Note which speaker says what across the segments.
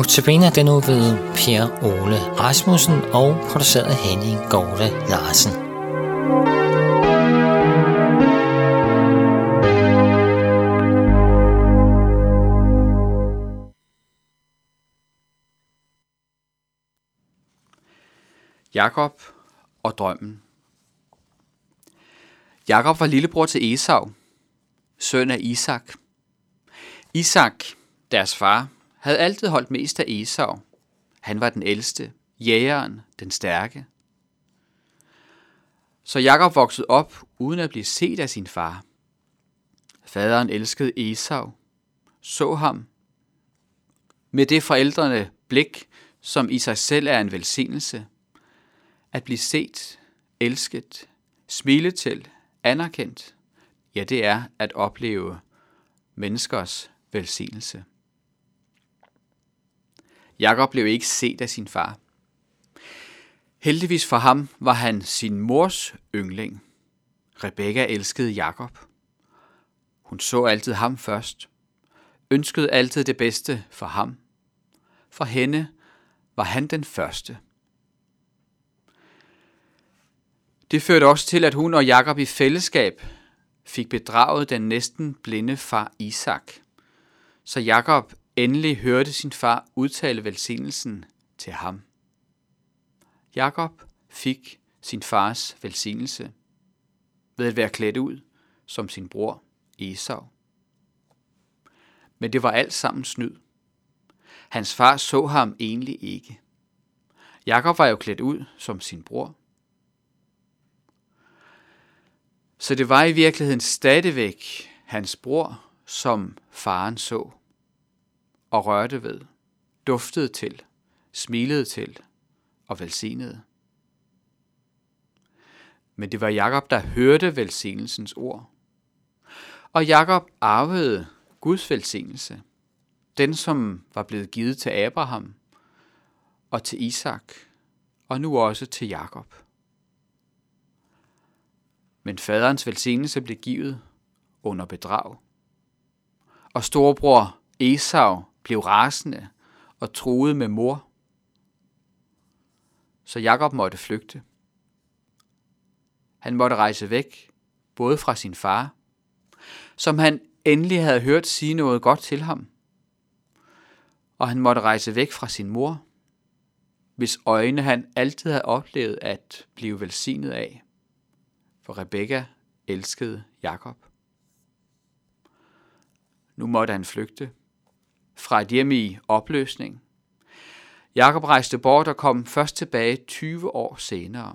Speaker 1: Notabene den nu ved Per Ole Rasmussen og produceret Henning Gorte Larsen.
Speaker 2: Jakob og drømmen. Jakob var lillebror til Esau, søn af Isak. Isak, deres far, havde altid holdt mest af Esau. Han var den ældste, jægeren, den stærke. Så Jakob voksede op uden at blive set af sin far. Faderen elskede Esau, så ham med det forældrene blik, som i sig selv er en velsignelse. At blive set, elsket, smile til, anerkendt, ja, det er at opleve menneskers velsignelse. Jakob blev ikke set af sin far. Heldigvis for ham var han sin mors yndling. Rebekka elskede Jakob. Hun så altid ham først, ønskede altid det bedste for ham. For hende var han den første. Det førte også til, at hun og Jakob i fællesskab fik bedraget den næsten blinde far Isak, så Jakob endelig hørte sin far udtale velsignelsen til ham. Jakob fik sin fars velsignelse ved at være klædt ud som sin bror Esau. Men det var alt sammen snyd. Hans far så ham egentlig ikke. Jakob var jo klædt ud som sin bror. Så det var i virkeligheden stadigvæk hans bror, som faren så og rørte ved, duftede til, smilede til og velsignede. Men det var Jakob, der hørte velsignelsens ord. Og Jakob arvede Guds velsignelse, den som var blevet givet til Abraham og til Isak og nu også til Jakob. Men faderens velsignelse blev givet under bedrag. Og storebror Esau blev rasende og truede med mord. Så Jakob måtte flygte. Han måtte rejse væk, både fra sin far, som han endelig havde hørt sige noget godt til ham, og han måtte rejse væk fra sin mor, hvis øjne han altid havde oplevet at blive velsignet af. For Rebekka elskede Jakob. Nu måtte han flygte fra et hjem i opløsning. Jakob rejste bort og kom først tilbage 20 år senere.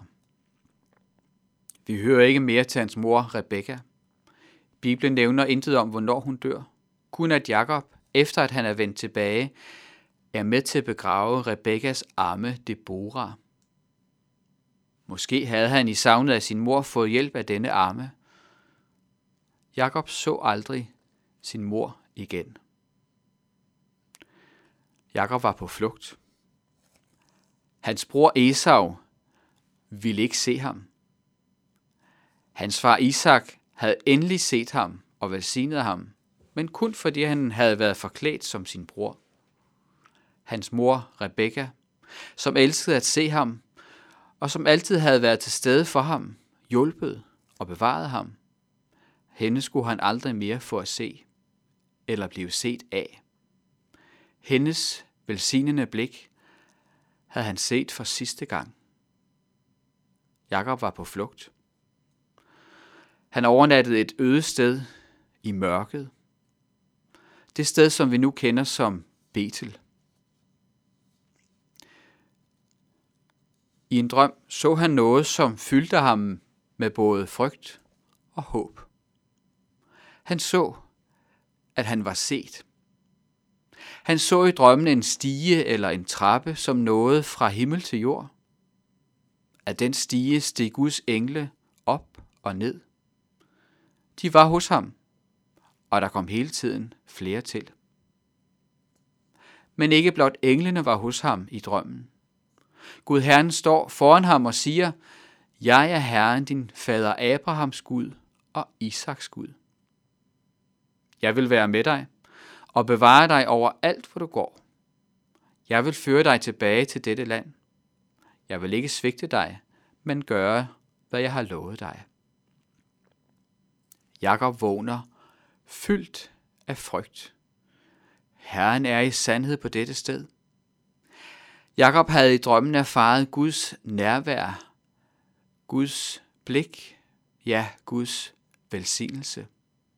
Speaker 2: Vi hører ikke mere til hans mor Rebekka. Bibelen nævner intet om, hvornår hun dør. Kun at Jakob, efter at han er vendt tilbage, er med til at begrave Rebekkas amme Deborah. Måske havde han i savnet af sin mor fået hjælp af denne amme. Jakob så aldrig sin mor igen. Jakob var på flugt. Hans bror Esau ville ikke se ham. Hans far Isak havde endelig set ham og velsignet ham, men kun fordi han havde været forklædt som sin bror. Hans mor Rebekka, som elskede at se ham, og som altid havde været til stede for ham, hjulpet og bevaret ham, hende skulle han aldrig mere få at se eller blive set af. Hendes velsignende blik havde han set for sidste gang. Jakob var på flugt. Han overnattede et øde sted i mørket. Det sted, som vi nu kender som Betel. I en drøm så han noget, som fyldte ham med både frygt og håb. Han så, at han var set. Han så i drømmen en stige eller en trappe, som nåede fra himmel til jord. Af den stige steg Guds engle op og ned. De var hos ham, og der kom hele tiden flere til. Men ikke blot englene var hos ham i drømmen. Gud Herren står foran ham og siger, jeg er Herren, din fader Abrahams Gud og Isaks Gud. Jeg vil være med dig og bevare dig over alt, hvor du går. Jeg vil føre dig tilbage til dette land. Jeg vil ikke svigte dig, men gøre, hvad jeg har lovet dig. Jakob vågner, fyldt af frygt. Herren er i sandhed på dette sted. Jakob havde i drømmen erfaret Guds nærvær, Guds blik, ja, Guds velsignelse.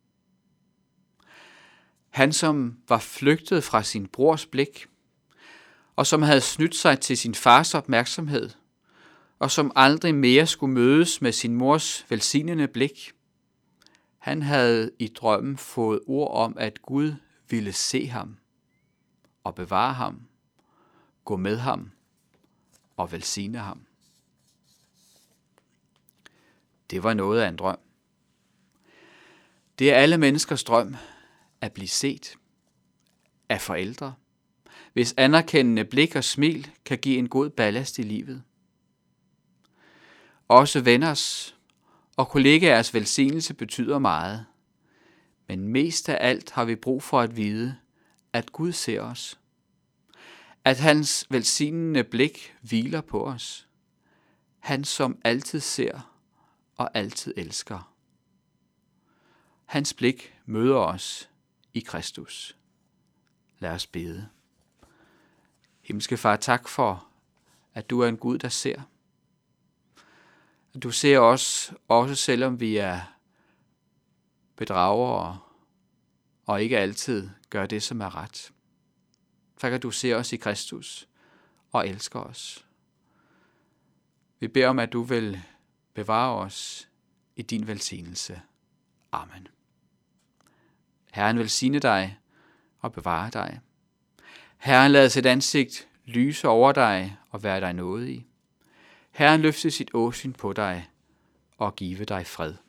Speaker 2: Han, som var flygtet fra sin brors blik, og som havde snydt sig til sin fars opmærksomhed, og som aldrig mere skulle mødes med sin mors velsignende blik, han havde i drømmen fået ord om, at Gud ville se ham og bevare ham, gå med ham og velsigne ham. Det var noget af en drøm. Det er alle menneskers drøm at blive set af forældre, hvis anerkendende blik og smil kan give en god ballast i livet. Også venners og kollegaers velsignelse betyder meget, men mest af alt har vi brug for at vide, at Gud ser os, at hans velsignende blik hviler på os, han som altid ser og altid elsker. Hans blik møder os i Kristus. Lad os bede. Himmelske Far, tak for, at du er en Gud, der ser. At du ser os, også selvom vi er bedragere og ikke altid gør det, som er ret. Tak, at du ser os i Kristus og elsker os. Vi beder om, at du vil bevare os i din velsignelse. Amen. Herren velsigne dig og bevare dig. Herren lader sit ansigt lyse over dig og være dig nådig. Herren løfte sit åsyn på dig og give dig fred.